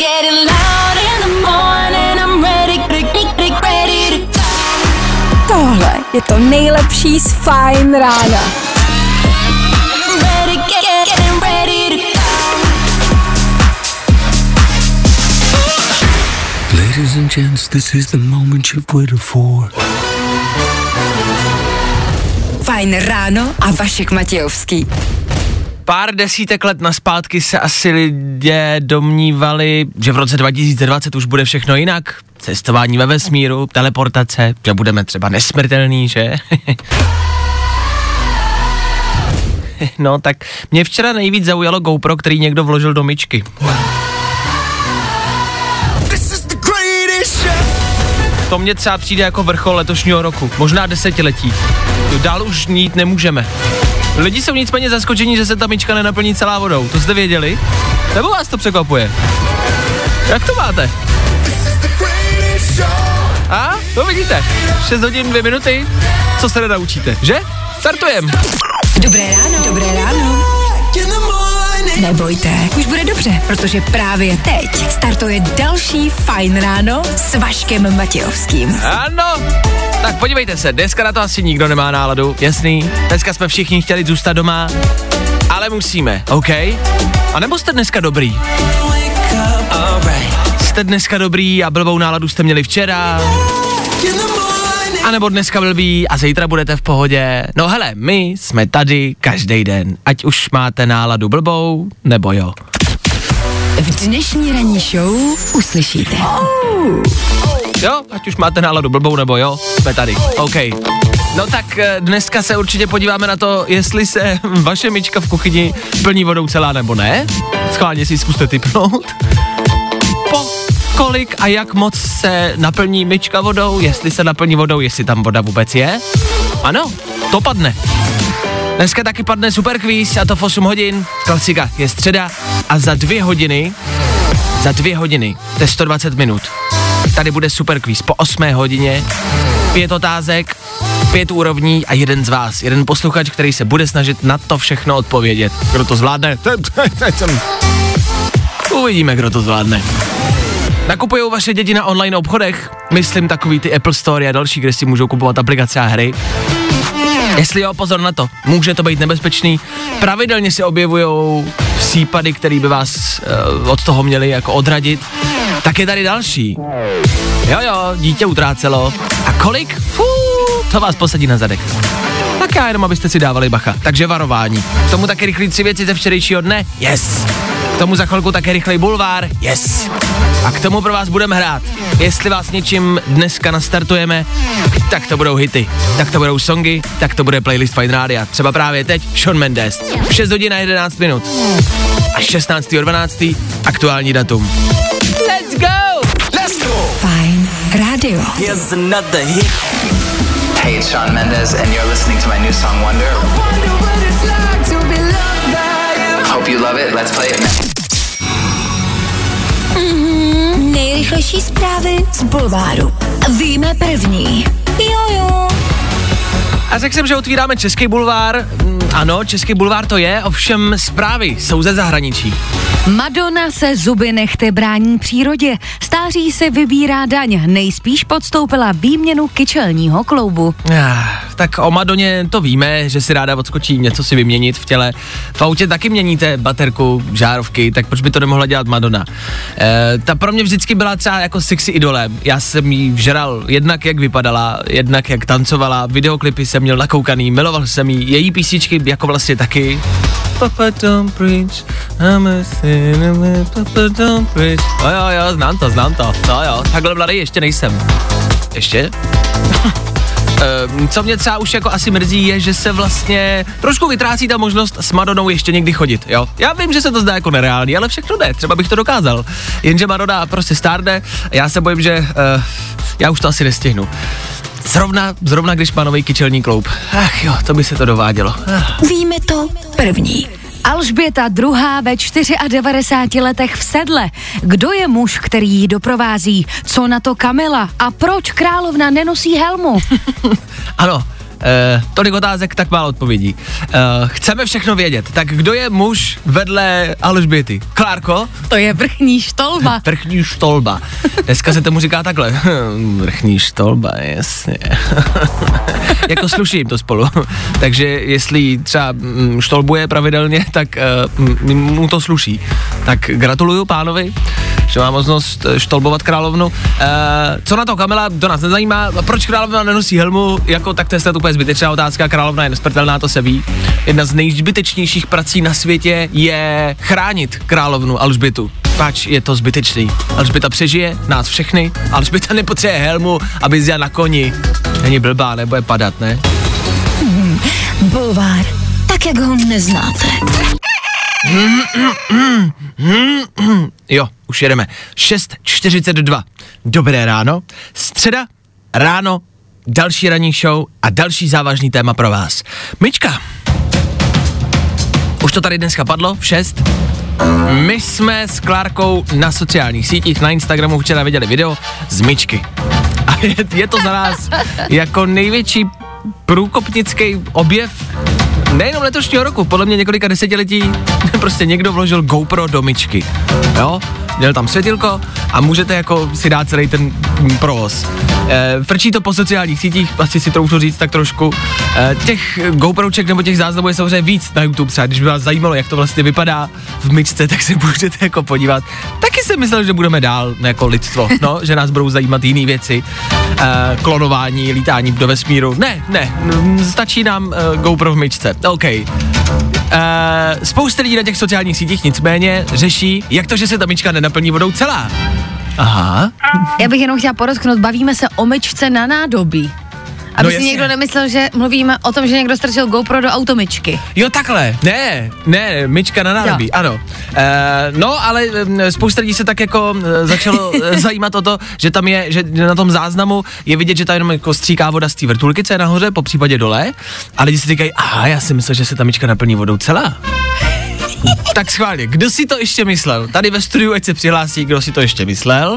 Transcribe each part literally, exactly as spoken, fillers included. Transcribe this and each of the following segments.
Tohle je to nejlepší z Fajn rána. Ladies and gents, this is the moment you've waited for. Fajn ráno a Vašek Matějovský. Pár desítek let naspátky se asi lidé domnívali, že v roce dva tisíce dvacet už bude všechno jinak. Cestování ve vesmíru, teleportace, že budeme třeba nesmrtelný, že? No tak mě včera nejvíc zaujalo GoPro, který někdo vložil do myčky. To mně třeba přijde jako vrchol letošního roku, možná desetiletí. Dál už jít nemůžeme. Lidi jsou nicméně zaskočení, že se ta myčka nenaplní celá vodou. To jste věděli? Nebo vás to překvapuje? Jak to máte? A? To vidíte. šest hodin, dvě minuty. Co se nenaučíte, že? Startujem. Dobré ráno. Dobré ráno. Nebojte, už bude dobře, protože právě teď startuje další Fajn ráno s Vaškem Matějovským. Ano. Tak podívejte se, dneska na to asi nikdo nemá náladu, jasný? Dneska jsme všichni chtěli zůstat doma, ale musíme, OK? A nebo jste dneska dobrý? Jste dneska dobrý a blbou náladu jste měli včera? A nebo dneska blbý a zítra budete v pohodě? No hele, my jsme tady každý den, ať už máte náladu blbou, nebo jo. V dnešní ranní show uslyšíte. Oh. Jo, ať už máte náladu blbou, nebo jo, jsme tady, OK. No tak dneska se určitě podíváme na to, jestli se vaše myčka v kuchyni plní vodou celá, nebo ne. Schválně si zkuste tipnout. Po kolik a jak moc se naplní myčka vodou, jestli se naplní vodou, jestli tam voda vůbec je. Ano, to padne. Dneska taky padne super kvíz a to v osm hodin, klasika, je středa a za dvě hodiny, za dvě hodiny, to je sto dvacet minut. Tady bude super kvíz po osmé hodině, pět otázek, pět úrovní a jeden z vás, jeden posluchač, který se bude snažit na to všechno odpovědět. Kdo to zvládne? Uvidíme, kdo to zvládne. Nakupujou vaše děti na online obchodech? Myslím takový ty Apple Store a další, kde si můžou kupovat aplikace a hry. Jestli jo, pozor na to, může to být nebezpečný. Pravidelně se objevujou případy, které by vás uh, od toho měli jako odradit. Tak je tady další. Jo jo, dítě utrácelo. A kolik? Fuu, to vás posadí na zadek. Tak já jenom, abyste si dávali bacha. Takže varování. K tomu taky rychlý tři věci ze včerejšího dne? Yes. K tomu za chvilku také rychlej bulvár? Yes. A k tomu pro vás budeme hrát. Jestli vás něčím dneska nastartujeme, tak to budou hity, tak to budou songy, tak to bude playlist Fajn rádia. Třeba právě teď Shawn Mendes. šest hodin a jedenáct minut. A šestnáctého dvanáctého aktuální datum. Let's go! Let's go! Fajn rádio. Here's another hit. Hey, it's Shawn Mendes and you're listening to my new song Wonder. Hope you love it. Let's play it now. Mm-hmm. Nejrychlejší zprávy z bulváru. Víme první. Jojo. A řekl jsem, že otvíráme český bulvár. Ano, český bulvár to je, ovšem zprávy jsou ze zahraničí. Madonna se zuby nechte brání přírodě. Stáří se vybírá daň. Nejspíš podstoupila výměnu kyčelního kloubu. Ah, tak o Madoně to víme, že si ráda odskočí něco si vyměnit v těle. V autě taky měníte baterku, žárovky, tak proč by to nemohla dělat Madonna? E, ta pro mě vždycky byla třeba jako sexy idolem. Já jsem jí vžral jednak jak vypadala, jednak jak tancovala, videoklipy jsem měl nakoukaný, miloval jsem jí, její písničky jako vlastně taky. Papa don't preach, I'm a sinner, Papa don't preach. Jo, jo, jo, znám to, znám to, no jo, takhle mladý ještě nejsem. Ještě? Uh, co mě třeba už jako asi mrzí je, že se vlastně trošku vytrácí ta možnost s Madonou ještě někdy chodit, jo. Já vím, že se to zdá jako nereálný, ale všechno jde, třeba bych to dokázal. Jenže Madonna prostě stárne, já se bojím, že uh, já už to asi nestihnu. Zrovna, zrovna když má nový kyčelní kloub. Ach jo, to by se to dovádělo. Ach. Víme to první. Alžběta druhá ve devadesát čtyři letech v sedle. Kdo je muž, který ji doprovází? Co na to Kamila? A proč královna nenosí helmu? Ano, Uh, tolik otázek, tak málo odpovědí. Uh, chceme všechno vědět. Tak kdo je muž vedle Alžběty? Klárko? To je vrchní štolba. Vrchní štolba. Dneska se tomu říká takhle. Vrchní štolba, jasně. Jako sluší jim to spolu. Takže jestli třeba štolbuje pravidelně, tak uh, mu to sluší. Tak gratuluju pánovi, že má možnost štolbovat královnu. Uh, co na to, Kamila, to nás nezajímá. Proč královna nenosí helmu? Jako, tak to je snad úplně zbytečná otázka. Královna je nesmrtelná, to se ví. Jedna z nejzbytečnějších prací na světě je chránit královnu Alžbětu. Pač je to zbytečný. Alžběta přežije, nás všechny. Alžběta nepotřebuje helmu, aby jezdila na koni. Není blbá, nebo je padat, ne? Hmm, bulvár, tak jak ho neznáte. Jo, už jedeme. šest čtyřicet dva. Dobré ráno. Středa, ráno, další ranní show a další závažný téma pro vás. Myčka. Už to tady dneska padlo, v šest. My jsme s Klárkou na sociálních sítích, na Instagramu včera viděli video z Myčky. A je, je to za nás jako největší průkopnický objev nejenom letošního roku, podle mě několika desetiletí prostě někdo vložil GoPro do Myčky, jo, měl tam světilko a můžete jako si dát celý ten provoz. E, frčí to po sociálních sítích, asi si troufnu říct tak trošku. E, těch GoProček nebo těch záznamů je samozřejmě víc na YouTube třeba, když by vás zajímalo, jak to vlastně vypadá v Myčce, tak se můžete jako podívat. Taky jsem myslel, že budeme dál jako lidstvo, no, že nás budou zajímat jiné věci, e, klonování, lítání do vesmíru. Ne, ne, stačí nám e, GoPro v Myčce. OK. Uh, spousta lidí na těch sociálních sítích nicméně řeší, jak to, že se ta myčka nenaplní vodou celá. Aha. Já bych jenom chtěla podotknout, bavíme se o myčce na nádobí. Aby No si jasně. někdo nemyslel, že mluvíme o tom, že někdo strčil GoPro do automyčky. Jo, takhle. Ne, ne, myčka na nádobí, Jo. ano. Uh, no, ale um, spousta lidí se tak jako uh, začalo uh, zajímat o to, že tam je, že na tom záznamu je vidět, že tam jenom jako stříká voda z té vrtulky, co je nahoře, po případě dole. A lidi si říkají, aha, já si myslel, že se ta myčka naplní vodou celá. Tak schválně, kdo si to ještě myslel? Tady ve studiu, ať se přihlásí, kdo si to ještě myslel.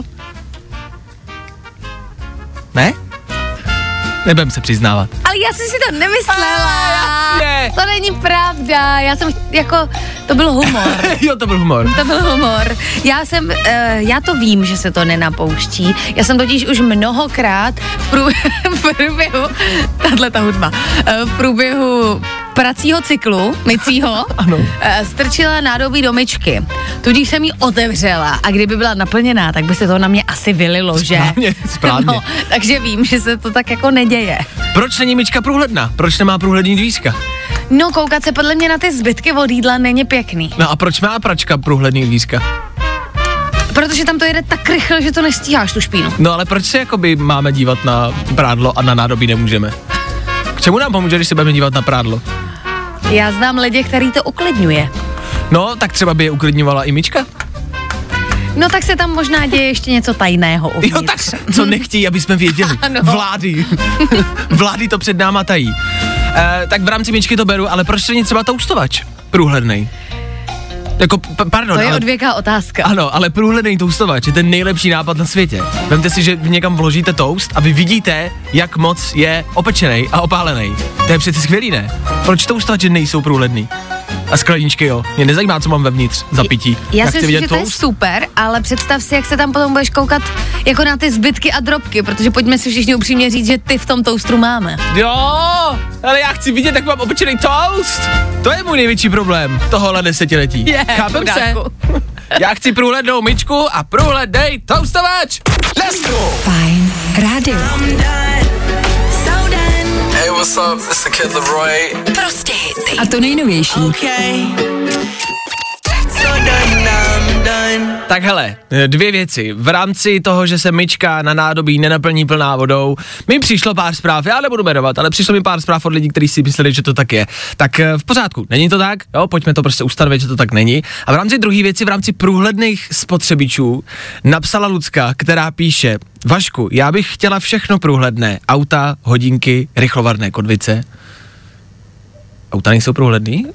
Ne? Nebudem se přiznávat. Ale já jsem si to nemyslela. jasně. To není pravda. Já jsem, jako, to byl humor. Jo, to byl humor. To byl humor. Já jsem, uh, já to vím, že se to nenapouští. Já jsem totiž už mnohokrát v, prů, v průběhu, tahle ta hudba, uh, v průběhu pracího cyklu, mycího, Ano. uh, strčila nádobí do myčky. Tudíž jsem ji otevřela a kdyby byla naplněná, tak by se to na mě asi vylilo, že? Správně, správně. No, takže vím, že se to tak jako neděje. Proč není myčka průhledná? Proč nemá průhledný dvířka? No, koukat se podle mě na ty zbytky od jídla není pěkný. No a proč má pračka průhledný dvířka? Protože tam to jede tak rychle, že to nestíháš, tu špínu. No ale proč se jakoby máme dívat na prádlo a na nádobí nemůžeme? K čemu nám pomůže, když se budeme dívat na prádlo? Já znám lidi, který to uklidňuje. No, tak třeba by je uklidňovala i myčka. No tak se tam možná děje ještě něco tajného uvnitř. Jo, tak co nechtějí, aby jsme věděli. Ano. Vlády. Vlády to před náma tají. E, tak v rámci myčky to beru, ale proč to není třeba toustovač? Průhlednej. Jako, p- pardon, To je ale... odvěká otázka. Ano, ale průhledný toustovač je ten nejlepší nápad na světě. Vemte si, že někam vložíte toast a vy vidíte, jak moc je opečený a opálený. To je přece skvělý, ne? Proč toustovače nejsou průhledný? A skleničky, jo. Mě nezajímá, co mám vevnitř za pití. Já chci si myslím, vidět že to je toast. super, ale představ si, jak se tam potom budeš koukat jako na ty zbytky a drobky, protože pojďme si všichni upřímně říct, že ty v tom toastru máme. Jo, ale já chci vidět, jak mám opečený toast. To je můj největší problém tohohle desetiletí. Je, Chápem se? chudáku. Já chci průhlednou myčku a průhlednej toustovač. Let's go! Fajn rádio. Hey, what's up? It's the Kid Leroy. Prostě hity. A to nejnovější. Tak hele, dvě věci. V rámci toho, že se myčka na nádobí nenaplní plná vodou, mi přišlo pár zpráv, já nebudu jmenovat, ale přišlo mi pár zpráv od lidí, kteří si mysleli, že to tak je. Tak v pořádku, není to tak? Jo, pojďme to prostě ustanovit, že to tak není. A v rámci druhé věci, v rámci průhledných spotřebičů, napsala Lucka, která píše: Vašku, já bych chtěla všechno průhledné. Auta, hodinky, rychlovarné konvice. Auta nejsou průhledný?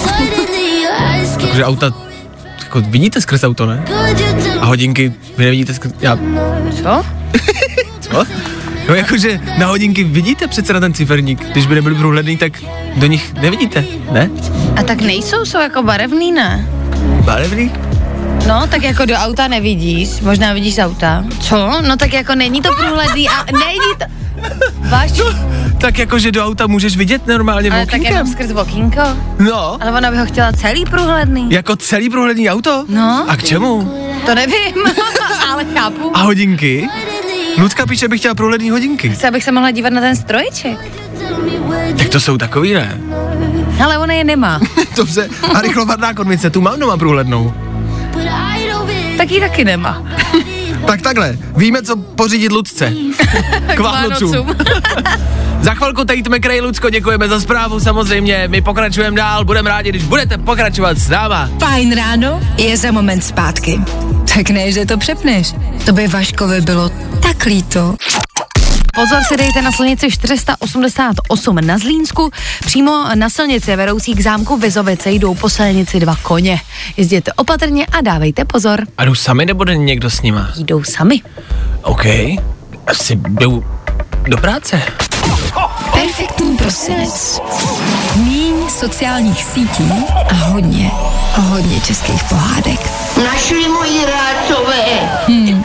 Takže auta, jako vidíte skrz auto, ne? A hodinky, vy nevidíte skrz... Já... Co? Co? No jakože na hodinky vidíte přece na ten ciferník, když by nebyl průhledný, tak do nich nevidíte, ne? A tak nejsou, jsou jako barevný, ne? Barevný? No, tak jako do auta nevidíš, možná vidíš z auta. Co? No tak jako není to průhledný a není to... Váš? No, tak jakože do auta můžeš vidět normálně Ale okýnkem. tak jenom skrz okýnko. No. Ale ona by ho chtěla celý průhledný. Jako celý průhledný auto? No. A k čemu? To nevím, ale chápu. A hodinky? Ludka píše, bych chtěla průhledný hodinky. Chci, abych se mohla dívat na ten stroječek. Tak to jsou takový, ne? Ale ona je nemá. Dobře. A rychlovarná konvice, tu mám doma průhlednou. Tak ji taky nemá. Tak takhle, víme, co pořídit Lucce. K Vánocům. Za chvilku Tate McRae, Lucko, děkujeme za zprávu, samozřejmě, my pokračujeme dál, budeme rádi, když budete pokračovat s náma. Fajn ráno je za moment zpátky. Tak ne, že to přepneš. To by Vaškovi bylo tak líto. Pozor si dejte na silnici čtyři sta osmdesát osm na Zlínsku. Přímo na silnici vedoucí k zámku Vizovice jdou po silnici dva koně. Jezděte opatrně a dávejte pozor. A jdou sami nebo jde někdo s nima? Jdou sami. OK, asi jdou do práce. Perfektní prosinec. Míň sociálních sítí a hodně, hodně českých pohádek. Našli moji rádcové. Hmm.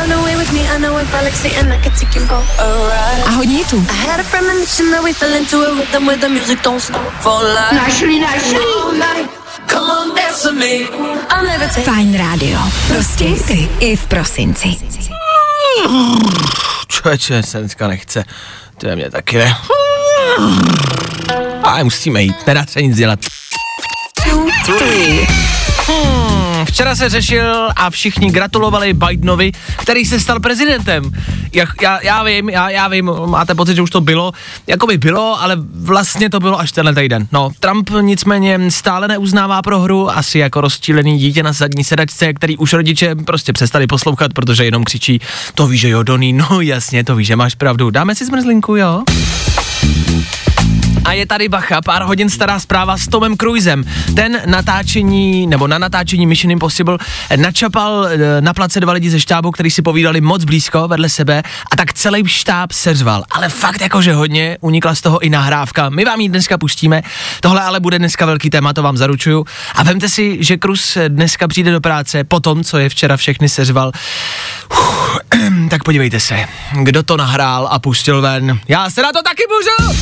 A hodně tu. Našli, našli. Fajn rádio. Prostě ty i v prosinci. Člověče, se dneska nechce. To je mě taky ne. A musíme jít, nedá se nic dělat. Hmm, včera se řešil a všichni gratulovali Bidenovi, který se stal prezidentem. Já, já, já vím, já, já vím, máte pocit, že už to bylo, jako by bylo, ale vlastně to bylo až tenhle týden. No, Trump nicméně stále neuznává prohru, asi jako rozčílený dítě na zadní sedačce, který už rodiče prostě přestali poslouchat, protože jenom křičí, to víš, že jo, Donny, no jasně, to víš, že máš pravdu, dáme si zmrzlinku, jo? A je tady bacha, pár hodin stará zpráva s Tomem Cruisem. Ten natáčení, nebo na natáčení Mission Impossible načapal na place dva lidi ze štábu, který si povídali moc blízko vedle sebe a tak celý štáb seřval. Ale fakt jakože hodně, unikla z toho i nahrávka. My vám ji dneska pustíme, tohle ale bude dneska velký téma, to vám zaručuju. A vemte si, že Cruise dneska přijde do práce po tom, co je včera všechny seřval. Uf, tak podívejte se, kdo to nahrál a pustil ven. Já se na to taky můžu!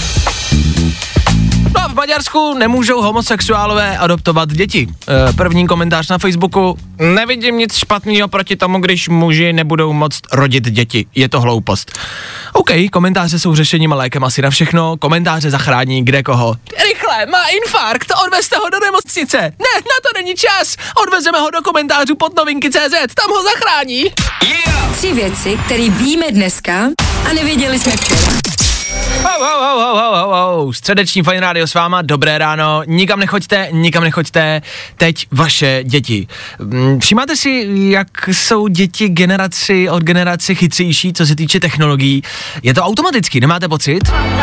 No a v Maďarsku nemůžou homosexuálové adoptovat děti. E, první komentář na Facebooku. Nevidím nic špatného proti tomu, když muži nebudou moct rodit děti. Je to hloupost. OK, komentáře jsou řešením a lékem asi na všechno. Komentáře zachrání kde koho. Rychle, má infarkt, odvezte ho do nemocnice. Ne, na to není čas. Odvezeme ho do komentářů pod novinky tečka cé zet, tam ho zachrání. Yeah! Tři věci, které víme dneska a nevěděli jsme včera. Ho, ho, ho, ho, ho, ho, ho. Středeční Fajn rádio s váma, dobré ráno, nikam nechoďte, nikam nechoďte, teď vaše děti. Všimáte si, jak jsou děti generaci od generace chytřejší, co se týče technologií? Je to automaticky, nemáte pocit?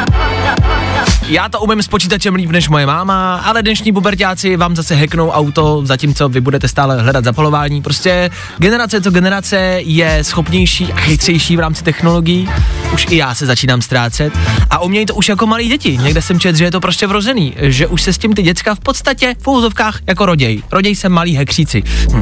Já to umím s počítačem líp než moje máma, ale dnešní puberťáci vám zase hacknou auto, zatímco vy budete stále hledat zapalování. Prostě generace co generace je schopnější a chytřejší v rámci technologií. Už i já se začínám ztrácet a umějí to už jako malí děti. Někde jsem četl, že je to prostě vrozený, že už se s tím ty děcka v podstatě v úzovkách jako roděj. Roděj se malí hekříci.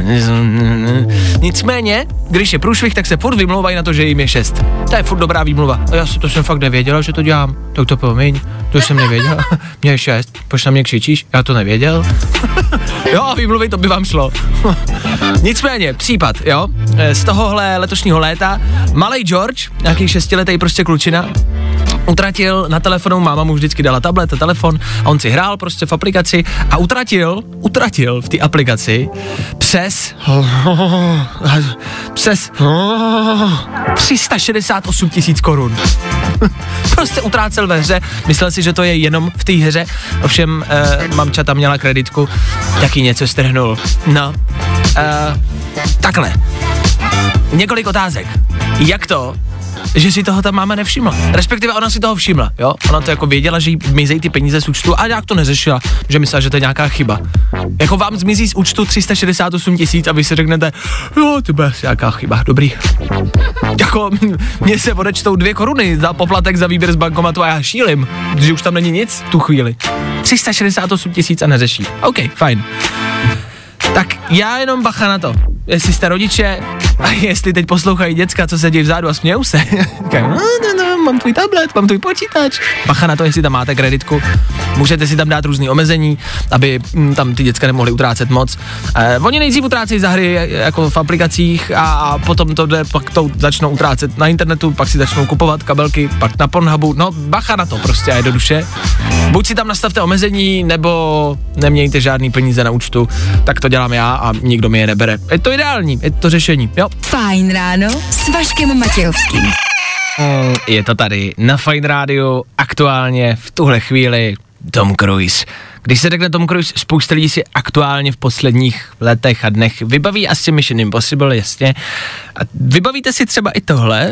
Nicméně, když je průšvih, tak se furt vymlouvají na to, že jim je šest. To je furt dobrá výmluva. A já si to jsem fakt nevěděla, že to dělám. Tak to promiň, to jsem nevěděl. Mě je šest, proč na mě křičíš? Já to nevěděl. Jo, výmluvy, to by vám šlo. Nicméně, případ, jo, z tohohle letošního léta malej George, nějaký šestiletý prostě klučina, utratil na telefonu, máma mu vždycky dala tablet a telefon a on si hrál prostě v aplikaci a utratil, utratil v té aplikaci přes přes tři sta šedesát osm tisíc korun. Prostě utrácel ve hře, myslel si, že to je jenom v té hře, ovšem eh, mamča tam měla kreditku, taky něco strhnul. No, eh, takhle. Několik otázek. Jak to, že si toho ta máma nevšimla? Respektive ona si toho všimla, jo? Ona to jako věděla, že jí mizejí ty peníze z účtu a nějak to neřešila, že myslela, že to je nějaká chyba. Jako vám zmizí z účtu tři sta šedesát osm tisíc a vy si řeknete, jo, to bude asi nějaká chyba, dobrý. Jako, mně se odečtou dvě koruny za poplatek za výběr z bankomatu a já šílim, protože už tam není nic v tu chvíli. tři sta šedesát osm tisíc a neřeší. OK, fajn. Tak já jenom bacha na to, jestli jste rodiče a jestli teď poslouchají děcka, co se dějí vzadu a smějou se. Říkají, no, no, no, mám tvůj tablet, mám tvůj počítač. Bacha na to, jestli tam máte kreditku. Můžete si tam dát různý omezení, aby m, tam ty děcka nemohly utrácet moc. Eh, oni nejdřív utrácejí za hry jako v aplikacích a, a potom to jde, pak to začnou utrácet na internetu, pak si začnou kupovat kabelky, pak na Pornhubu. No bacha na to prostě a jednoduše. Buď si tam nastavte omezení, nebo nemějte žádný peníze na účtu, tak to dělám já a nikdo mi je nebere. Je to ideální, je to řešení, jo. Fajn ráno s Vaškem Matějovským. Mm, je to tady na Fajn rádiu, aktuálně v tuhle chvíli Tom Cruise. Když se řekne Tom Cruise, spousta lidí si aktuálně v posledních letech a dnech vybaví asi Mission Impossible, jasně. A vybavíte si třeba i tohle?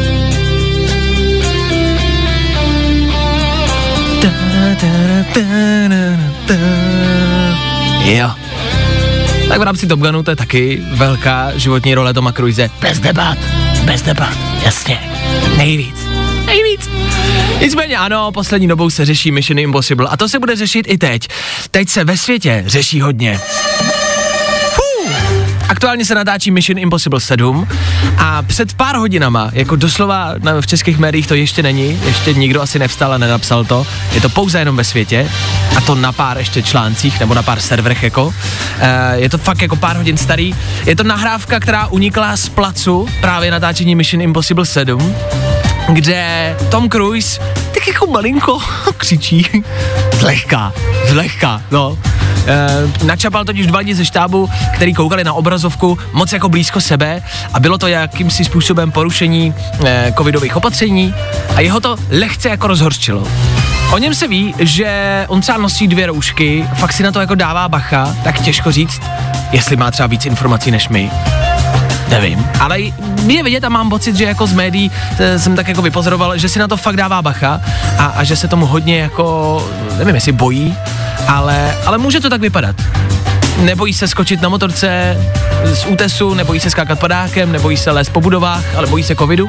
Jo. Tak v rámci Top Gunu to je taky velká životní role Toma Cruise. Bez debat, bez debat, jasně. Nejvíc, nejvíc. Nicméně ano, poslední dobou se řeší Mission Impossible a to se bude řešit i teď. Teď se ve světě řeší hodně. Fuh. Aktuálně se natáčí Mission Impossible sedm a před pár hodinama, jako doslova v českých médiích to ještě není, ještě nikdo asi nevstal a nenapsal to, je to pouze jenom ve světě a to na pár ještě článcích nebo na pár serverech jako, e, je to fakt jako pár hodin starý, je to nahrávka, která unikla z placu právě natáčení Mission Impossible sedm, kde Tom Cruise tak jako malinko křičí, zlehka, zlehka, no. E, načapal totiž dva lidi ze štábu, který koukali na obrazovku moc jako blízko sebe a bylo to jakýmsi způsobem porušení e, covidových opatření a jeho to lehce jako rozhorčilo. O něm se ví, že on třeba nosí dvě roušky, fakt si na to jako dává bacha, tak těžko říct, jestli má třeba víc informací než my. Nevím, ale je vidět a mám pocit, že jako z médií jsem tak jako vypozoroval, že si na to fakt dává bacha a, a že se tomu hodně jako, nevím jestli bojí, ale, ale může to tak vypadat. Nebojí se skočit na motorce z útesu, nebojí se skákat padákem, nebojí se lézt po budovách, ale bojí se covidu.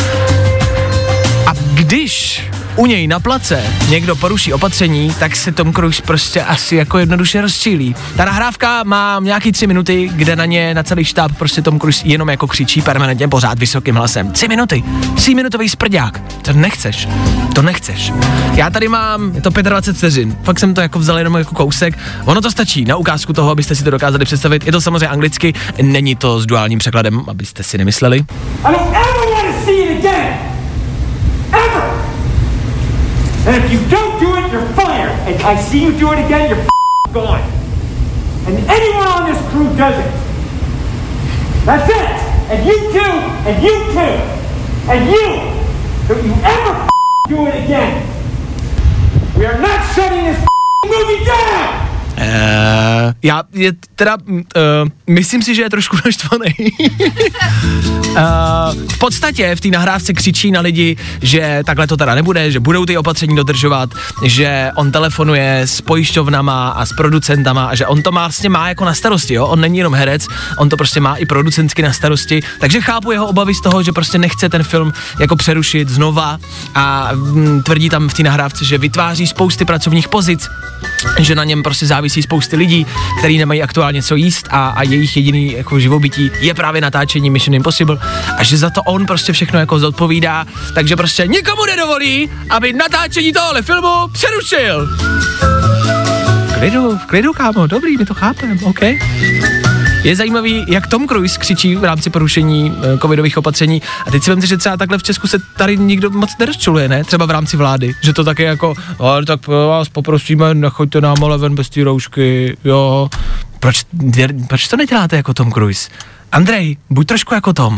A když u něj na place někdo poruší opatření, tak se Tom Cruise prostě asi jako jednoduše rozčílí. Ta nahrávka má nějaký tři minuty, kde na ně, na celý štáb prostě Tom Cruise jenom jako křičí permanentně pořád vysokým hlasem. Tři minuty, tříminutový sprďák. To nechceš, to nechceš. Já tady mám, je to dvacet pět vteřin, fakt jsem to jako vzal jenom jako kousek. Ono to stačí na ukázku toho, abyste si to dokázali představit. Je to samozřejmě anglicky, není to s duálním překladem, abyste si nemysleli. I don't ever want to see it again. Ever. And if you don't do it, you're fired. And I see you do it again, you're f- gone. And anyone on this crew does it. That's it. And you too, and you too, and you. Don't you ever f- do it again. We are not shutting this f- movie down. Uh, já je teda, uh, myslím si, že je trošku naštvaný. uh, v podstatě v té nahrávce křičí na lidi, že takhle to teda nebude, že budou ty opatření dodržovat, že on telefonuje s pojišťovnama a s producentama a že on to má, vlastně má jako na starosti, jo? On není jenom herec, on to prostě má i producentsky na starosti, takže chápu jeho obavy z toho, že prostě nechce ten film jako přerušit znova a m, tvrdí tam v té nahrávce, že vytváří spousty pracovních pozic, že na něm prostě závisí spousty lidí, kteří nemají aktuálně co jíst a, a jejich jediný jako živobytí je právě natáčení Mission Impossible a že za to on prostě všechno jako zodpovídá, takže prostě nikomu nedovolí, aby natáčení tohle filmu přerušil. V klidu, v klidu, kámo, dobrý, my to chápeme, OK. Je zajímavý, jak Tom Cruise křičí v rámci porušení uh, covidových opatření a teď si vemte, že třeba takhle v Česku se tady nikdo moc nerozčuluje, ne? Třeba v rámci vlády, že to také jako, ale tak vás poprosíme, nechoďte nám ale ven bez té roušky, jo. Proč, proč to neděláte jako Tom Cruise? Andrej, buď trošku jako Tom.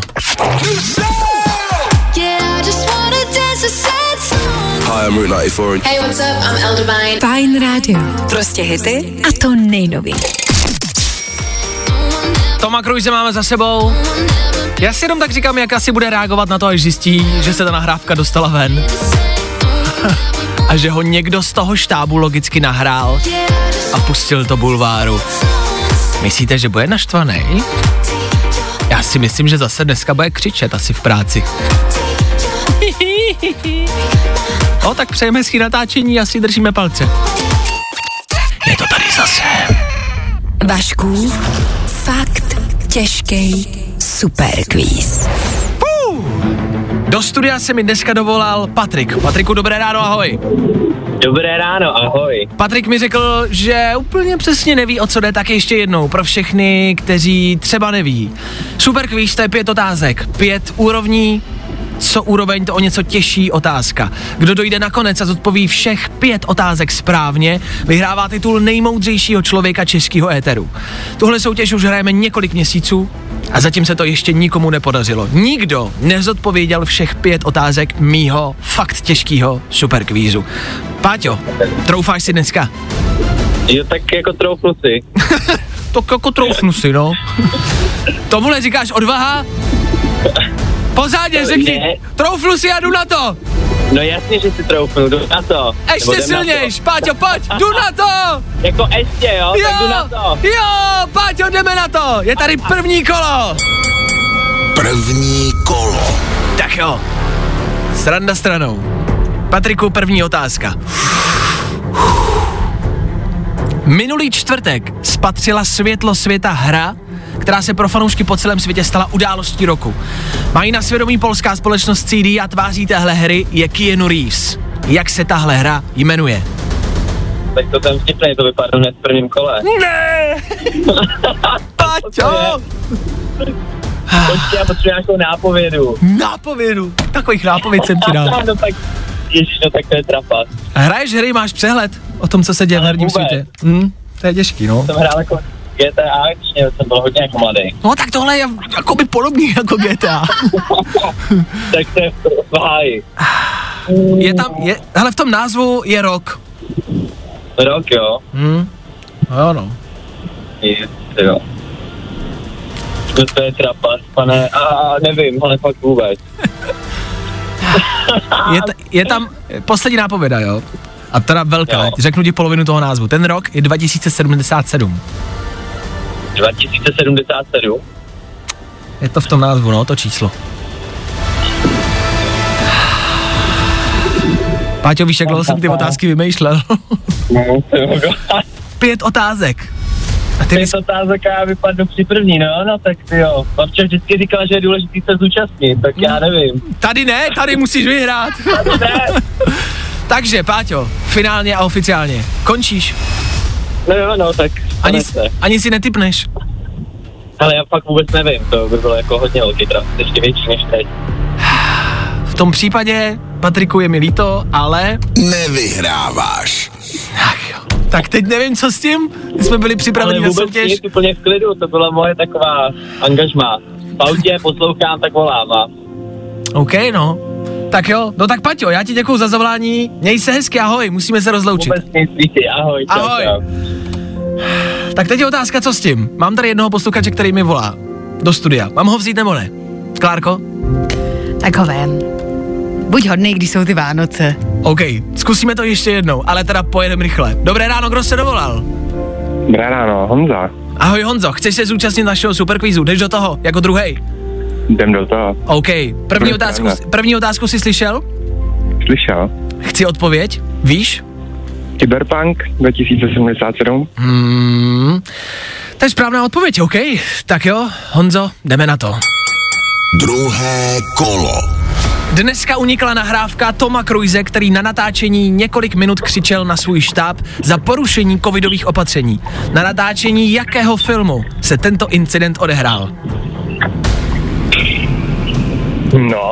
Hi, I'm Route ninety-four. Hey, what's up? I'm El Divine. Fajn rádio. Prostě hity a to nejnovější. Toma Cruise máme za sebou. Já si jenom tak říkám, jak asi bude reagovat na to, až zjistí, že se ta nahrávka dostala ven. A že ho někdo z toho štábu logicky nahrál a pustil to bulváru. Myslíte, že bude naštvaný? Já, si myslím, že zase dneska bude křičet asi v práci. No, tak přejeme hezký natáčení, asi držíme palce. Je to tady zase. Vašku, fakt těžký superkvíz. Uh, do studia se mi dneska dovolal Patrik. Patriku, dobré ráno, ahoj. Dobré ráno, ahoj. Patrik mi řekl, že úplně přesně neví, o co jde, tak ještě jednou pro všechny, kteří třeba neví. Superkvíz, to je pět otázek, pět úrovní. Co úroveň, to o něco těžší otázka. Kdo dojde nakonec a zodpoví všech pět otázek správně, vyhrává titul nejmoudřejšího člověka českého éteru. Tuhle soutěž už hrajeme několik měsíců a zatím se to ještě nikomu nepodařilo. Nikdo nezodpověděl všech pět otázek mýho fakt těžkého superkvízu. Páťo, troufáš si dneska? Jo, tak jako troufnu si. To jako troufnu si, no. Tomuhle říkáš odvaha? Pořádně řekni, troufnu si a jdu na to. No jasně, že si troufnu, jdu na to. Ještě silnějš, Páťo, pojď, jdu na to. Jako ještě, jo, jo, tak jdu na to. Jo, Páťo, jdeme na to, je tady první kolo. První kolo. Tak jo, sranda stranou. Patriku, první otázka. Minulý čtvrtek spatřila světlo světa hra, která se pro fanoušky po celém světě stala událostí roku. Mají na svědomí polská společnost C D a tváří téhle hry je Keanu Reeves. Jak se tahle hra jmenuje? Tak to tam vtipnej, to vypadlo hned v prvním kole. Ne! Paťo! Počkej, já potřebuji nějakou nápovědu. Nápovědu? Takových nápověd jsem ti dal. No tak, ježiš, no tak to je trapas. Hraješ hry, máš přehled o tom, co se děje v herním světě? Hm, to je těžký, no. Jsem hrál jako G T A, když jsem byl hodně jako mladý. No tak tohle je jakoby podobný jako G T A. Tak to je v háji. Je tam, je, hele, v tom názvu je rok. Rok, jo. Hm, no no. Je, jo. To, to je trapas, pane, a nevím, ale fakt vůbec. je, t- je tam poslední nápověda, jo? A teda velká, jo. Řeknu ti polovinu toho názvu. Ten rok je dva tisíce sedmdesát sedm. dva tisíce sedmdesát sedm? Je to v tom názvu, no, to číslo. Páťo, víš, jak dlouho jsem ty otázky vymýšlel? Pět otázek. A ty Pět otázek a já vypadnu při první, no, no tak ty jo. Babča vždycky říkala, že je důležitý se zúčastnit, tak já nevím. Tady ne, tady musíš vyhrát. Tady ne. Takže, Páťo, finálně a oficiálně, končíš? No jo, no, tak ani, ani si netipneš? Ale já fakt vůbec nevím, to by bylo jako hodně velký traf, ještě větší než teď. V tom případě, Patriku, je mi líto, ale... Nevyhráváš. Ach jo. Tak teď nevím, co s tím, my jsme byli připraveni na soutěž. Ale vůbec nic, úplně v klidu, to byla moje taková angažmá. V autě poslouchám, tak volám a... OK, no. Tak jo, no tak Paťo, já ti děkuju za zavolání, měj se hezky, ahoj, musíme se rozloučit. Vůbec nic, díky, ahoj. Čau, ahoj. Čau. Tak teď je otázka, co s tím. Mám tady jednoho posluchače, který mi volá do studia. Mám ho vzít nebo ne? Klárko? Tak ho vem. Buď hodnej, když jsou ty Vánoce. OK, zkusíme to ještě jednou, ale teda pojedeme rychle. Dobré ráno, kdo se dovolal? Dobré ráno, Honza. Ahoj Honzo, chceš se zúčastnit našeho superkvízu, jdeš do toho, jako druhej? Jdem do toho. OK, první otázku, první otázku jsi slyšel? Slyšel. Chci odpověď, víš? Cyberpunk dva tisíce sedmdesát sedm. Hmm, to je správná odpověď, OK. Tak jo, Honzo, jdeme na to. Druhé kolo. Dneska unikla nahrávka Toma Cruise, který na natáčení několik minut křičel na svůj štáb za porušení covidových opatření. Na natáčení jakého filmu se tento incident odehrál? No.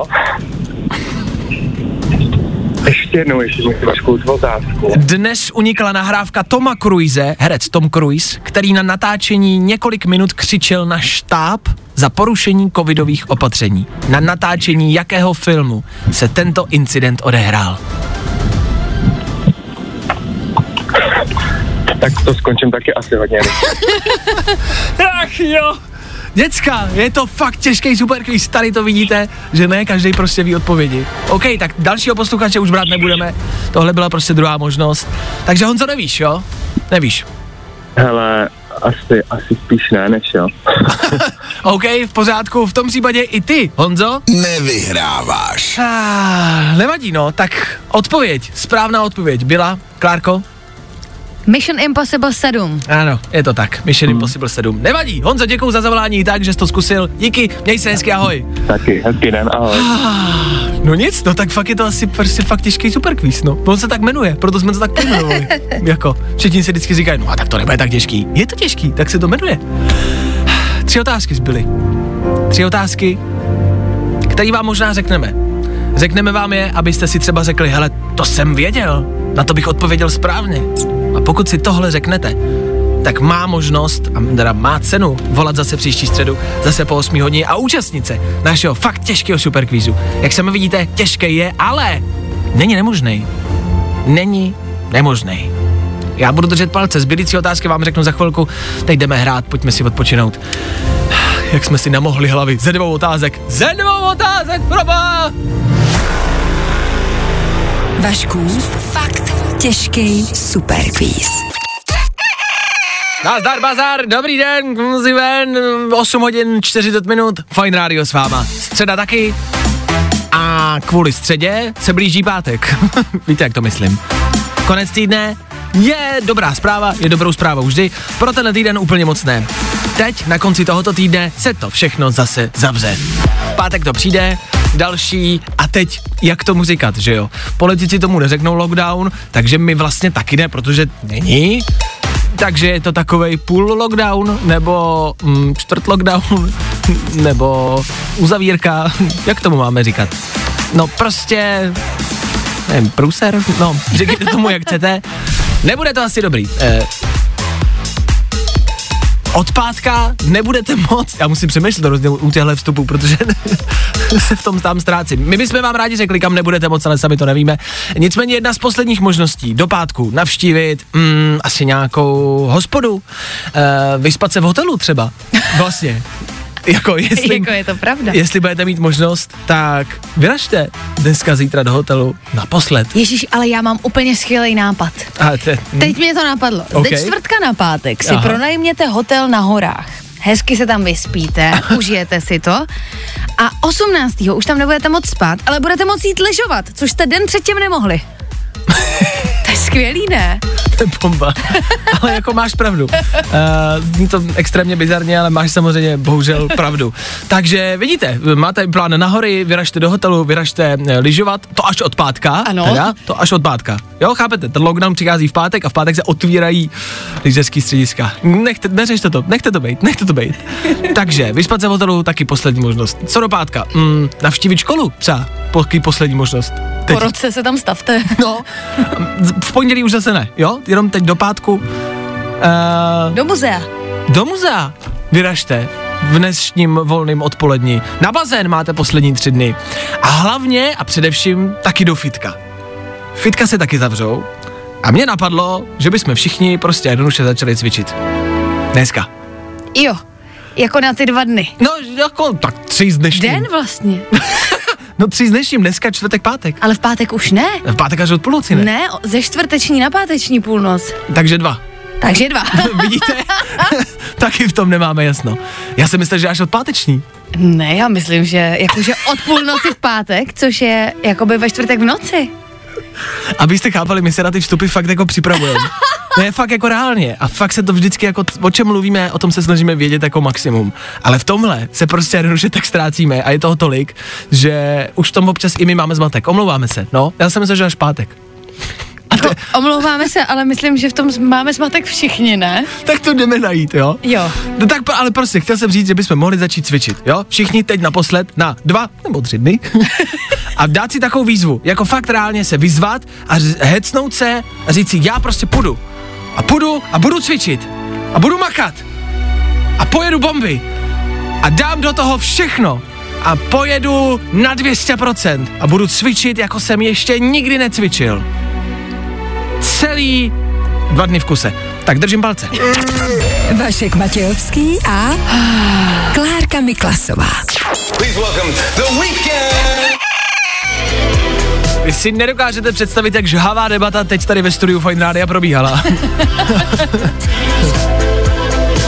Ještě jednou, ještě trošku tu otázku. Dnes unikla nahrávka Toma Cruise, herec Tom Cruise, který na natáčení několik minut křičel na štáb za porušení covidových opatření. Na natáčení jakého filmu se tento incident odehrál? Tak to skončím taky asi hodně. Ach jo. Děcka, je to fakt těžký superkvíz, tady to vidíte, že ne každý prostě ví odpovědi. OK, tak dalšího posluchače už brát nebudeme, tohle byla prostě druhá možnost. Takže Honzo, nevíš, jo? Nevíš. Hele, asi, asi spíš ne, než jo. OK, v pořádku, v tom případě i ty, Honzo? Nevyhráváš. Ah, nevadí, no, tak odpověď, správná odpověď byla, Klárko? Mission Impossible sedm. Ano, je to tak, Mission hmm. Impossible sedm. Nevadí, Honzo, děkuju za zavolání, tak, že jsi to zkusil, díky, měj se hezky, ahoj. Taky, hezký den, ahoj. Ah, no nic, no tak fakt je to asi prostě fakt těžký superkvíz, no. On se tak jmenuje, proto jsme to tak pojmenovali. Jako, všichni si vždycky říkají, no a tak to nebude tak těžký. Je to těžký, tak se to jmenuje. Tři otázky zbyly. Tři otázky, které vám možná řekneme. Řekneme vám je, abyste si třeba řekli, hele, to jsem věděl, na to bych odpověděl správně. A pokud si tohle řeknete, tak má možnost, a teda má cenu, volat zase příští středu, zase po osmé hodině a účastnit se našeho fakt těžkého superkvízu. Jak sami vidíte, těžký je, ale není nemožnej. Není nemožnej. Já budu držet palce, zbylící otázky vám řeknu za chvilku, teď jdeme hrát, pojďme si odpočinout. Jak jsme si namohli hlavy, ze dvou otázek, ze dvou otázek, proba! Vaškův fakt těžký superkvíz. Nazdar bazar, dobrý den, mluzi ven, osm hodin, čtyřicet minut, Fajn rádio s váma. Středa taky a kvůli středě se blíží pátek. Víte, jak to myslím. Konec týdne je dobrá zpráva, je dobrou zprávou vždy, pro tenhle týden úplně moc ne. Teď, na konci tohoto týdne, se to všechno zase zavře. V pátek to přijde, další a teď, jak tomu říkat, že jo? Politici tomu neřeknou lockdown, takže mi vlastně taky ne, protože není. Takže je to takovej půl lockdown, nebo mm, čtvrt lockdown, nebo uzavírka, jak tomu máme říkat? No prostě, nevím, průser, no, říkejte tomu, jak chcete. Nebude to asi dobrý. Eh, od pátka nebudete moc, já musím přemýšlet hrozně u těchto vstupů, protože se v tom tam ztrácím. My bychom vám rádi řekli, kam nebudete moc, ale sami to nevíme. Nicméně jedna z posledních možností do pátku navštívit mm, asi nějakou hospodu, eh, vyspat se v hotelu třeba, vlastně. Jako, jestli, jako je to pravda. Jestli budete mít možnost, tak vyražte dneska, zítra do hotelu naposled. Ježíš, ale já mám úplně skvělý nápad. A te, hm. Teď mě to napadlo. Okay. Ze čtvrtka na pátek si Aha. pronajměte hotel na horách. Hezky se tam vyspíte, užijete si to. A osmnáctého už tam nebudete moc spát, ale budete moct jít lyžovat, což jste den předtím nemohli. To je skvělý, ne? To je bomba. Ale jako máš pravdu. Uh, zní to extrémně bizarně, ale máš samozřejmě bohužel pravdu. Takže vidíte, máte plán na hory, vyražte do hotelu, vyražte uh, lyžovat, to až od pátka. Ano. Teda, to až od pátka. Jo, chápete, ten lockdown přichází v pátek a v pátek se otvírají lyžařský střediska. Nechte, neřešte to, nechte to bejt, nechte to bejt. Takže vyspat se v hotelu, taky poslední možnost. Co do pátka? Mm, navštívit školu třeba, taky poslední možnost. Teď. Po roce se tam stavte. No, v pondělí už zase ne, jo? Jenom teď do pátku. Uh, Do muzea. do muzea vyražte v dnešním volným odpoledni. Na bazén máte poslední tři dny. A hlavně a především taky do fitka. Fitka se taky zavřou a mě napadlo, že bychom všichni prostě jednoduše začali cvičit. Dneska. Jo, jako na ty dva dny. No, jako tak tři z dnešním. Den vlastně. No tři z dnešním, dneska čtvrtek, pátek. Ale v pátek už ne. V pátek až od půlnoci, ne? Ne, ze čtvrteční na páteční půlnoc. Takže dva. Takže dva. Vidíte? Taky v tom nemáme jasno. Já jsem myslel, že až od páteční. Ne, já myslím, že jakože od půlnoci v pátek, což je jakoby ve čtvrtek v noci. Abyste chápali, my se na ty vstupy fakt jako připravujeme. Ne, fakt jako reálně. A fakt se to vždycky jako, o čem mluvíme, o tom se snažíme vědět jako maximum. Ale v tomhle se prostě jednoduše tak ztrácíme a je toho tolik, že už v tom občas i my máme zmatek. Omlouváme se, no. Já jsem myslel, že až pátek. A Jako, te... omlouváme se, ale myslím, že v tom máme zmatek všichni, ne? Tak to jdeme najít, jo? Jo. No tak, ale prostě chtěl jsem říct, že bychom mohli začít cvičit, jo? Všichni teď naposled na dva nebo tři dny a dát si takovou výzvu, jako fakt reálně se vyzvat a hecnout se a říct si, já prostě půjdu. A půjdu a budu cvičit. A budu makat. A pojedu bomby. A dám do toho všechno. A pojedu na dvě stě procent. A budu cvičit, jako jsem ještě nikdy necvičil. Celý dva dny v kuse. Tak držím palce. Vašek Matějovský a Klárka Miklasová. Please welcome The Weeknd. Vy si nedokážete představit, jak žhavá debata teď tady ve studiu Fajn rádia probíhala.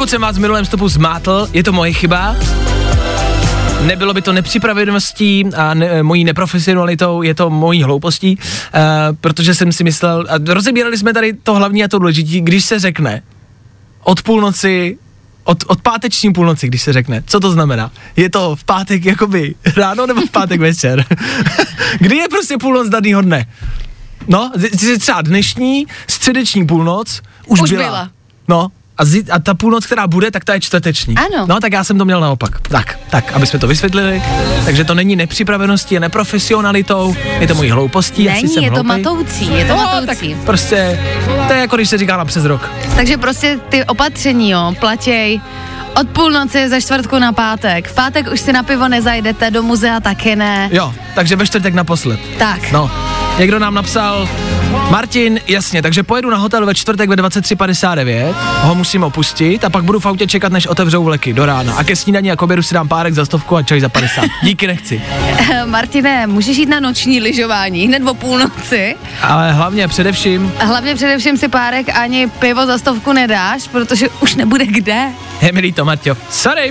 Pokud jsem vás v minulém stopu zmátl, je to moje chyba. Nebylo by to nepřipraveností a ne, mojí neprofesionalitou, je to mojí hloupostí, uh, protože jsem si myslel, a rozebírali jsme tady to hlavní a to důležitý, když se řekne od půlnoci, od, od páteční půlnoci, když se řekne, co to znamená? Je to v pátek jakoby ráno nebo v pátek večer? Kdy je prostě půlnoc danýho dne? No, třeba dnešní středeční půlnoc už, už byla. byla. No. A, zi, a ta půlnoc, která bude, tak ta je čtvrteční. Ano. No, tak já jsem to měl naopak. Tak, tak, aby jsme to vysvětlili. Takže to není nepřipraveností a neprofesionalitou, je to mojí hloupostí. Není, asi jsem je to hloupej. matoucí, je to no, matoucí. Tak prostě, to je jako když se říká na přes rok. Takže prostě ty opatření, jo, platěj od půlnoci ze čtvrtku na pátek. V pátek už si na pivo nezajdete, do muzea taky ne. Jo, takže ve čtvrtek naposled. Tak. No, někdo nám napsal, Martin, jasně, takže pojedu na hotel ve čtvrtek ve dvacet tři padesát devět, ho musím opustit a pak budu v autě čekat, než otevřou vleky do rána. A ke snídani a k obědu si dám párek za stovku a čaj za padesát. Díky, nechci. Martine, můžeš jít na noční lyžování hned o půlnoci. Ale hlavně především... A hlavně především si párek ani pivo za stovku nedáš, protože už nebude kde. Je mi líto, Marťo. Sorry.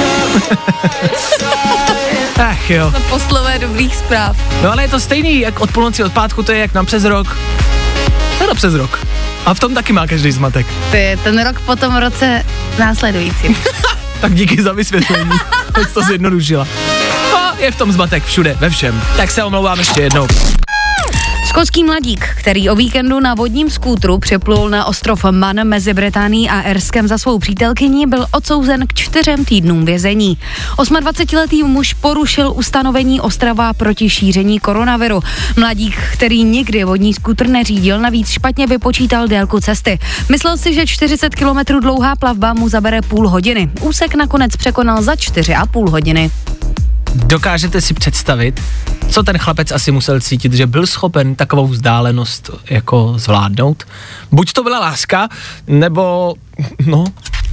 Ach jo. To poslové dobrých zpráv. No ale je to stejný, jak od půlnoci od pátku, to je jak nám přes rok. To je to přes rok. A v tom taky má každý zmatek. Ty, ten rok po tom roce následujícím. Tak díky za vysvětlení. Teď to zjednodušila. No, je v tom zmatek všude, ve všem. Tak se omlouvám ještě jednou. Skotský mladík, který o víkendu na vodním skútru připlul na ostrov Man mezi Británií a Irskem za svou přítelkyní, byl odsouzen k čtyřem týdnům vězení. osmadvacetiletý muž porušil ustanovení ostrova proti šíření koronaviru. Mladík, který nikdy vodní skútr neřídil, navíc špatně vypočítal délku cesty. Myslel si, že čtyřicet kilometrů dlouhá plavba mu zabere půl hodiny. Úsek nakonec překonal za čtyři a půl hodiny. Dokážete si představit, co ten chlapec asi musel cítit, že byl schopen takovou vzdálenost jako zvládnout? Buď to byla láska, nebo, no...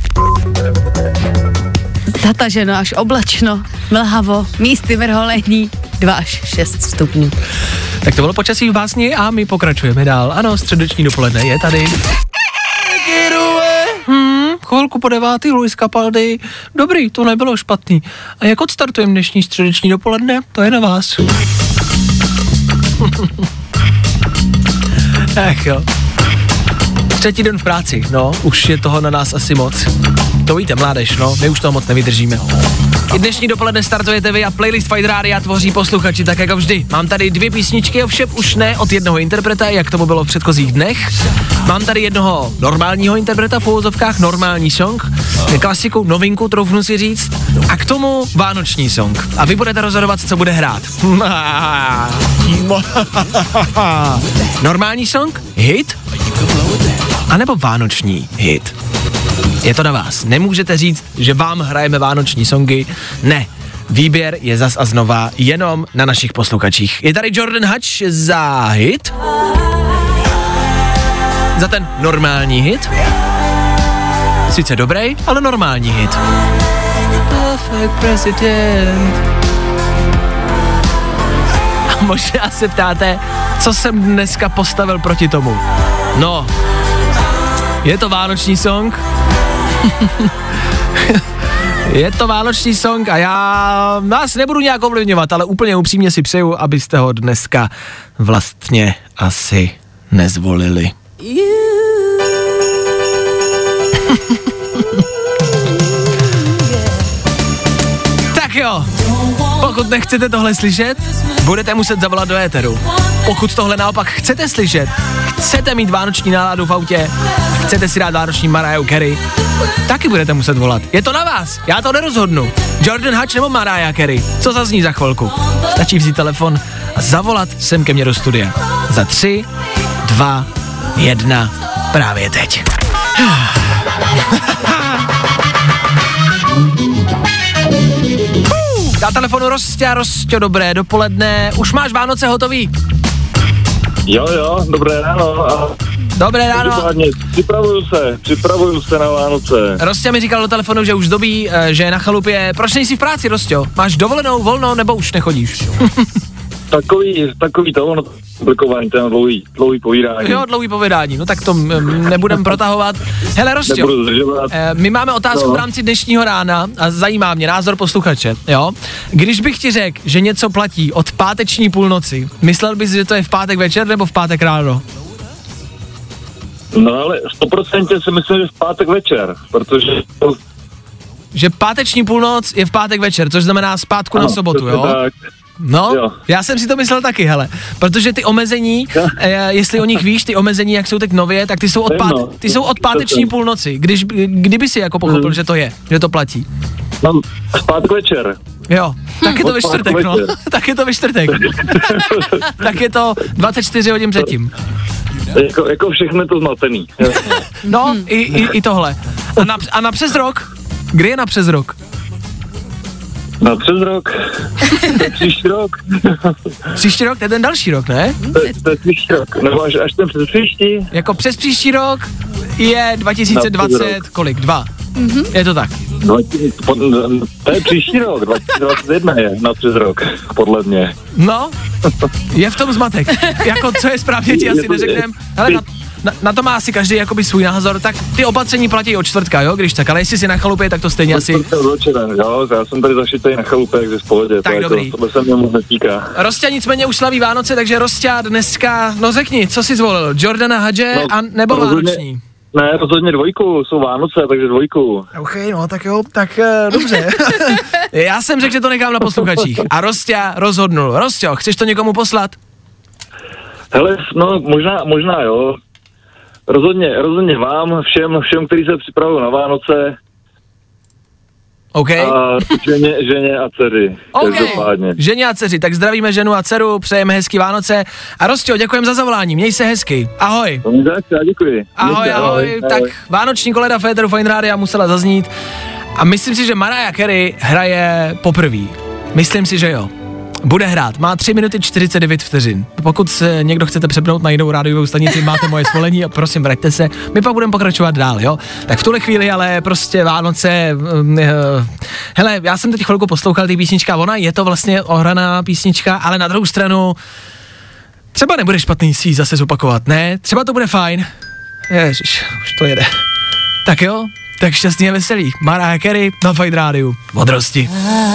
Zataženo až oblačno, mlhavo, místy vrholení, dva až šest stupňů. Tak to bylo počasí v básni a my pokračujeme dál. Ano, středeční dopoledne je tady. Hmm, chvilku po devátý, Luis Capaldi. Dobrý, to nebylo špatný. A jak odstartujeme dnešní středeční dopoledne? To je na vás. Ach jo. Třetí den v práci, no, už je toho na nás asi moc. To víte, mládež, no, my už toho moc nevydržíme. I dnešní dopoledne startujete vy a playlist Fight Rádia tvoří posluchači tak jako vždy. Mám tady dvě písničky, ovšem už ne od jednoho interpreta, jak tomu bylo v předchozích dnech. Mám tady jednoho normálního interpreta v uvozovkách, normální song, klasiku, novinku, troufnu si říct, a k tomu vánoční song. A vy budete rozhodovat, co bude hrát. Normální song, hit, anebo vánoční hit. Je to na vás. Nemůžete říct, že vám hrajeme vánoční songy. Ne. Výběr je zas a znova jenom na našich posluchačích. Je tady Jordan Hutch za hit. Za ten normální hit. Sice dobrý, ale normální hit. Perfect president. A možná se ptáte, co jsem dneska postavil proti tomu. No, je to vánoční song. Je to vánoční song a já nás nebudu nějak ovlivňovat, ale úplně upřímně si přeju, abyste ho dneska vlastně asi nezvolili. Tak jo, pokud nechcete tohle slyšet, budete muset zavolat do éteru. Pokud tohle naopak chcete slyšet, chcete mít vánoční náladu v autě, chcete si dát vánoční Mariah Carey, taky budete muset volat. Je to na vás, já to nerozhodnu. Jordan Hutch nebo Mariah Carey, co zazní za chvilku? Stačí vzít telefon a zavolat sem ke mně do studia. Za tři, dva, jedna, právě teď. Na telefonu Rostě, Rostě, dobré dopoledne. Už máš Vánoce hotový? Jo, jo, dobré ráno. Dobré ráno. Připravuju se, připravuju se na Vánoce. Rostě mi říkal do telefonu, že už zdobí, že je na chalupě. Proč nejsi v práci, Rostě? Máš dovolenou, volno, nebo už nechodíš? takový, takový to, ono komplikovaný, ten dlouhý, dlouhý povídání. Jo, dlouhý povídání, no tak to m, nebudem protahovat. Hele, Rostě, my máme otázku no. v rámci dnešního rána a zajímá mě názor posluchače, jo. Když bych ti řekl, že něco platí od páteční půlnoci, myslel bys, že to je v pátek večer nebo v pátek ráno? No ale sto procent si myslím, že v pátek večer, protože... To... Že páteční půlnoc je v pátek večer, což znamená zpátku ano, na sobotu, jo? Tak. No, jo. Já jsem si to myslel taky, hele, protože ty omezení, eh, jestli o nich víš, ty omezení, jak jsou teď nově, tak ty jsou od, pát, ty jsou od páteční půlnoci, když, kdyby si jako pochopil, hmm. že to je, že to platí. No, pátek večer. Jo, tak je to ve čtvrtek, no, tak je to ve čtvrtek. Tak je to dvacet čtyři hodin předtím. Jako, jako všechno to zmatený. No, i, i, i tohle. A na, a na přes rok? Kdy je na přes rok? Na přes rok. To je příští rok. Příští rok? To je ten další rok, ne? To je, to je příští rok. Nebo až, až ten přes příští. Jako přes příští rok je dva tisíce dvacet, kolik? Dva. Mm-hmm. Je to tak. To je příští rok, dva tisíce dvacet jedna je na přes rok, podle mě. No, je v tom zmatek. Jako, co je správně, ti asi neřeknem. Hele, na, na, na to má asi každý jakoby svůj názor, tak ty opatření platí od čtvrtka, jo, když tak, ale jestli si na chalupě, tak to stejně asi... Jo, já jsem tady zašitej na chalupě, takže v pohodě, tak to dobrý. To, tohle se mě moc netýká. Rostě nicméně už slaví Vánoce, takže Rostě dneska, no řekni, co jsi zvolil, Jordana Hadže no, a nebo rozhodně, Vánoční? Ne, rozhodně dvojku, jsou Vánoce, takže dvojku. OK, no tak jo, tak uh, dobře. Já jsem řekl, že to nechám na posluchačích a Rostě rozhodnul. Rostě, chceš to někomu poslat? Hele, no možná, možná jo. Rozhodně, rozhodně vám, všem, všem, kteří se připravují na Vánoce. OK. A ženě, ženě a dceři. OK, ženě a dceři, tak zdravíme ženu a dceru, přejeme hezký Vánoce. A Rostě, děkujeme za zavolání, měj se hezky. Ahoj. Tak, děkuji. Ahoj, ahoj, ahoj. Tak vánoční koleda Féteru Fajn Rádia musela zaznít. A myslím si, že Mariah Carey hraje poprvé. Myslím si, že jo. Bude hrát, má tři minuty čtyřicet devět vteřin. Pokud se někdo chcete přepnout na jinou rádiovou stanici, máte moje svolení a prosím, vraťte se. My pak budeme pokračovat dál, jo? Tak v tuhle chvíli ale prostě Vánoce, uh, hele, já jsem teď chvilku poslouchal ty písnička, ona je to vlastně ohraná písnička, ale na druhou stranu třeba nebude špatný si ji zase zopakovat, ne? Třeba to bude fajn. Ježiš, už to jede. Tak jo, tak šťastný a veselý. Mariah Carey na Fajn rádiu. Modrosti.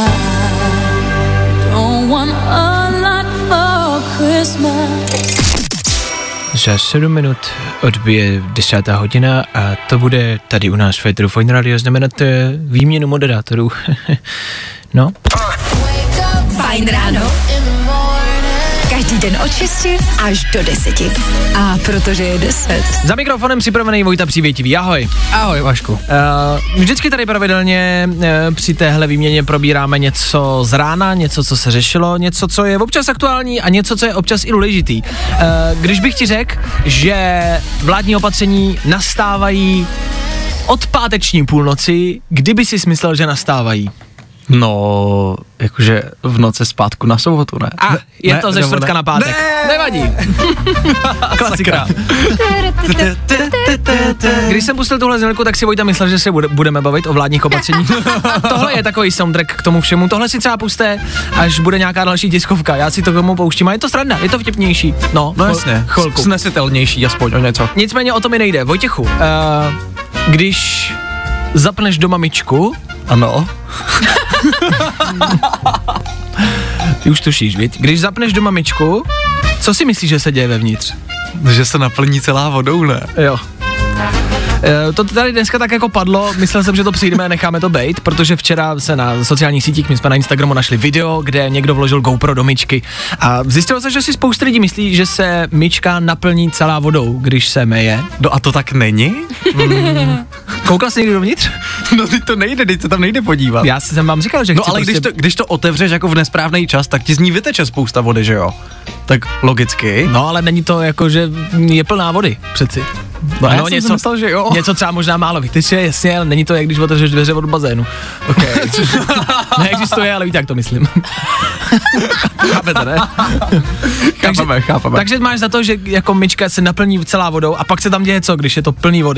Za sedm minut odbije desátá hodina a to bude tady u nás v Féteru Fajn Radio znamenat výměnu moderátorů. No. Fajn ráno. Každý den od šesti až do deseti. A protože je deset. Za mikrofonem připravený Vojta Přívětivý. Ahoj. Ahoj, Vašku. Uh, vždycky tady pravidelně uh, při téhle výměně probíráme něco z rána, něco, co se řešilo, něco, co je občas aktuální a něco, co je občas i důležitý. Uh, když bych ti řekl, že vládní opatření nastávají od páteční půlnoci, kdyby si myslel, že nastávají? No, jakože v noci zpátku na sobotu, ne? A je ne, to ze čtvrtka na pátek. Ne. Nevadí. Klasika. Když jsem pustil tuhle znělku, tak si Vojta myslel, že se bude, budeme bavit o vládních opatření. Tohle je takový soundtrack k tomu všemu. Tohle si třeba puste, až bude nějaká další tiskovka. Já si to komu pouštím a je to sranda, je to vtipnější. No, no jasně, chvilku. Snesitelnější aspoň o něco. Nicméně o to mi nejde. Vojtěchu, uh, když zapneš doma myčku. Ano. Ty už tušíš, viď? Když zapneš doma myčku, co si myslíš, že se děje vevnitř? Že se naplní celá vodou, ne? Jo. E, to tady dneska tak jako padlo, myslel jsem, že to přijdeme a necháme to bejt, protože včera se na sociálních sítích, my jsme na Instagramu našli video, kde někdo vložil GoPro do myčky a zjistilo se, že si spousta lidí myslí, že se myčka naplní celá vodou, když se meje. No a to tak není? Mm. Koukal jsi někdy dovnitř? No teď to nejde, teď se tam nejde podívat. Já jsem vám říkal, že no chci ale prostě... když, to, když to otevřeš jako v nesprávný čas, tak ti z ní vyteče spousta vody, že jo? Tak logicky. No ale není to jako, že je plná vody, přeci. No, no něco, myslel, že jo. Něco třeba možná málo vyteče, jasně, ale není to, jak když otevřeš dveře od bazénu. Okay. Neexistuje, ale víte, jak to myslím. Chápete, ne? takže, chápeme, chápeme. Takže máš za to, že jako myčka se naplní celá vodou a pak se tam děje co, když je to plný vody?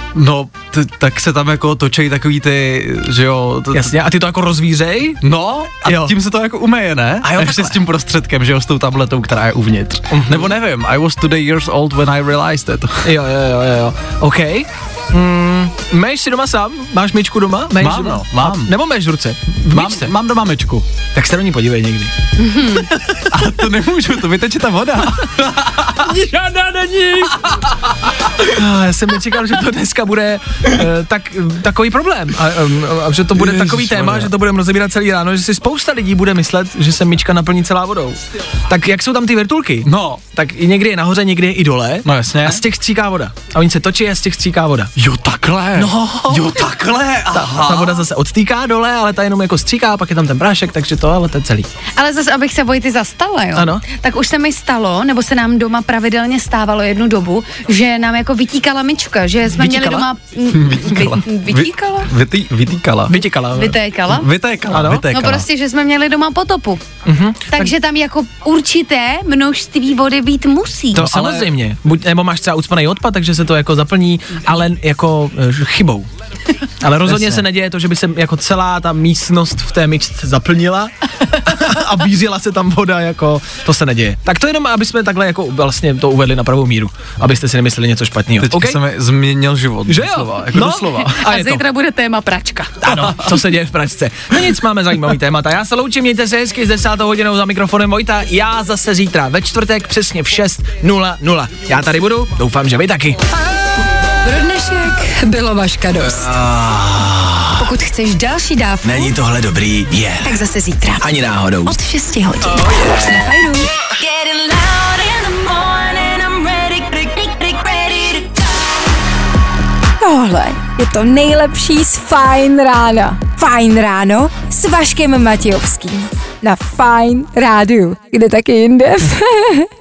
No, t- tak se tam jako točej takový ty, že jo. T- Jasně, a ty to jako rozvířej? No, a jo. Tím se to jako umeje, ne? A jo, ještě s tím prostředkem, že jo, s tou tabletou, která je uvnitř. Mm-hmm. Nebo nevím, I was today years old when I realized it. Jo, jo, jo, jo, OK. Mm, Meješ si doma sám? Máš myčku doma? Meješ Mám, doma? no, mám. A, nebo meješ v ruce? V Mám, myčce? mám doma myčku. Tak se do ní podívej někdy. A to nemůžu, to vyteče ta voda. Žádná není. Já jsem nečekal, že to dneska bude uh, tak, takový problém. A, um, a že to bude Ježiš, takový téma, že to budeme rozebírat celý ráno, že si spousta lidí bude myslet, že se myčka naplní celá vodou. Tak jak jsou tam ty vrtulky? No. Tak i někdy je nahoře, někdy je i dole. No jasně. A z těch stříká voda. A oni se točí a z těch stříká voda. Jo, takhle. No. Jo, takhle. Ta, ta voda zase odstýká dole, ale ta jenom jako stříká, pak je tam ten prášek, takže to, ale to je celý. Ale zase, abych se Vojty zastala, jo. Ano. Tak už se mi stalo, nebo se nám doma pravidelně stávalo jednu dobu, že nám jako vytíkala myčka, že jsme Vytíkala? měli doma... Vytíkala. Vy, vytíkala? Vytý, vytýkala. Vytíkala. Vytékala? Vytékala, Ano. vytékala. No prostě, že jsme měli doma potopu. Mhm. Takže tam jako určité množství vody být musí. To ale- samozřejmě. Buď, nebo máš třeba ucpaný odpad, takže se to jako zaplní, ale jako e, chybou. Ale rozhodně Jasně. se neděje to, že by se jako celá ta místnost v té myčce zaplnila a vířila se tam voda, jako to se neděje. Tak to jenom, aby jsme takhle jako vlastně to uvedli na pravou míru, abyste si nemysleli něco špatného. Teďka Okay? se mi změnil život. Že jo? Doslova, jako No. doslova. A A je to. zítra bude téma pračka. Ano, co se děje v Pražce. No nic, máme zajímavý témata. Já se loučím, mějte se hezky s desátou hodinou za mikrofonem Vojta. Já zase zítra ve čtvrtek přesně v šest nula nula. Já tady budu, doufám, že vy taky. Pro dnešek bylo Vaška dost. Pokud chceš další dávku, Není tohle dobrý, je. Yeah. tak zase zítra. Ani náhodou. Od šesti hodin. Oh, yeah. Na Fajnu. Tohle je to nejlepší z Fajn rána. Fajn ráno s Vaškem Matějovským. Na Fajn rádiu. Kde taky jinde?